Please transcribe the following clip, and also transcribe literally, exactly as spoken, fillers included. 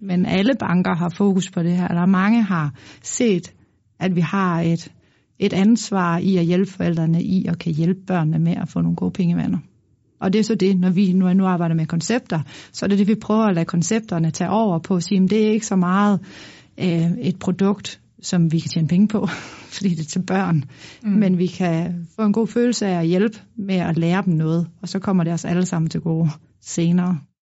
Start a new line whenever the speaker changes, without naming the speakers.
men alle banker har fokus på det her. Der er mange har set, at vi har et, et ansvar i at hjælpe forældrene i at kan hjælpe børnene med at få nogle gode pengevaner. Og det er så det, når vi nu, nu arbejder med koncepter, så er det det, vi prøver at lade koncepterne tage over på at sige, at det er ikke så meget øh, et produkt, som vi kan tjene penge på, fordi det er til børn. Mm. Men vi kan få en god følelse af at hjælpe med at lære dem noget, og så kommer det os alle sammen til gode senere.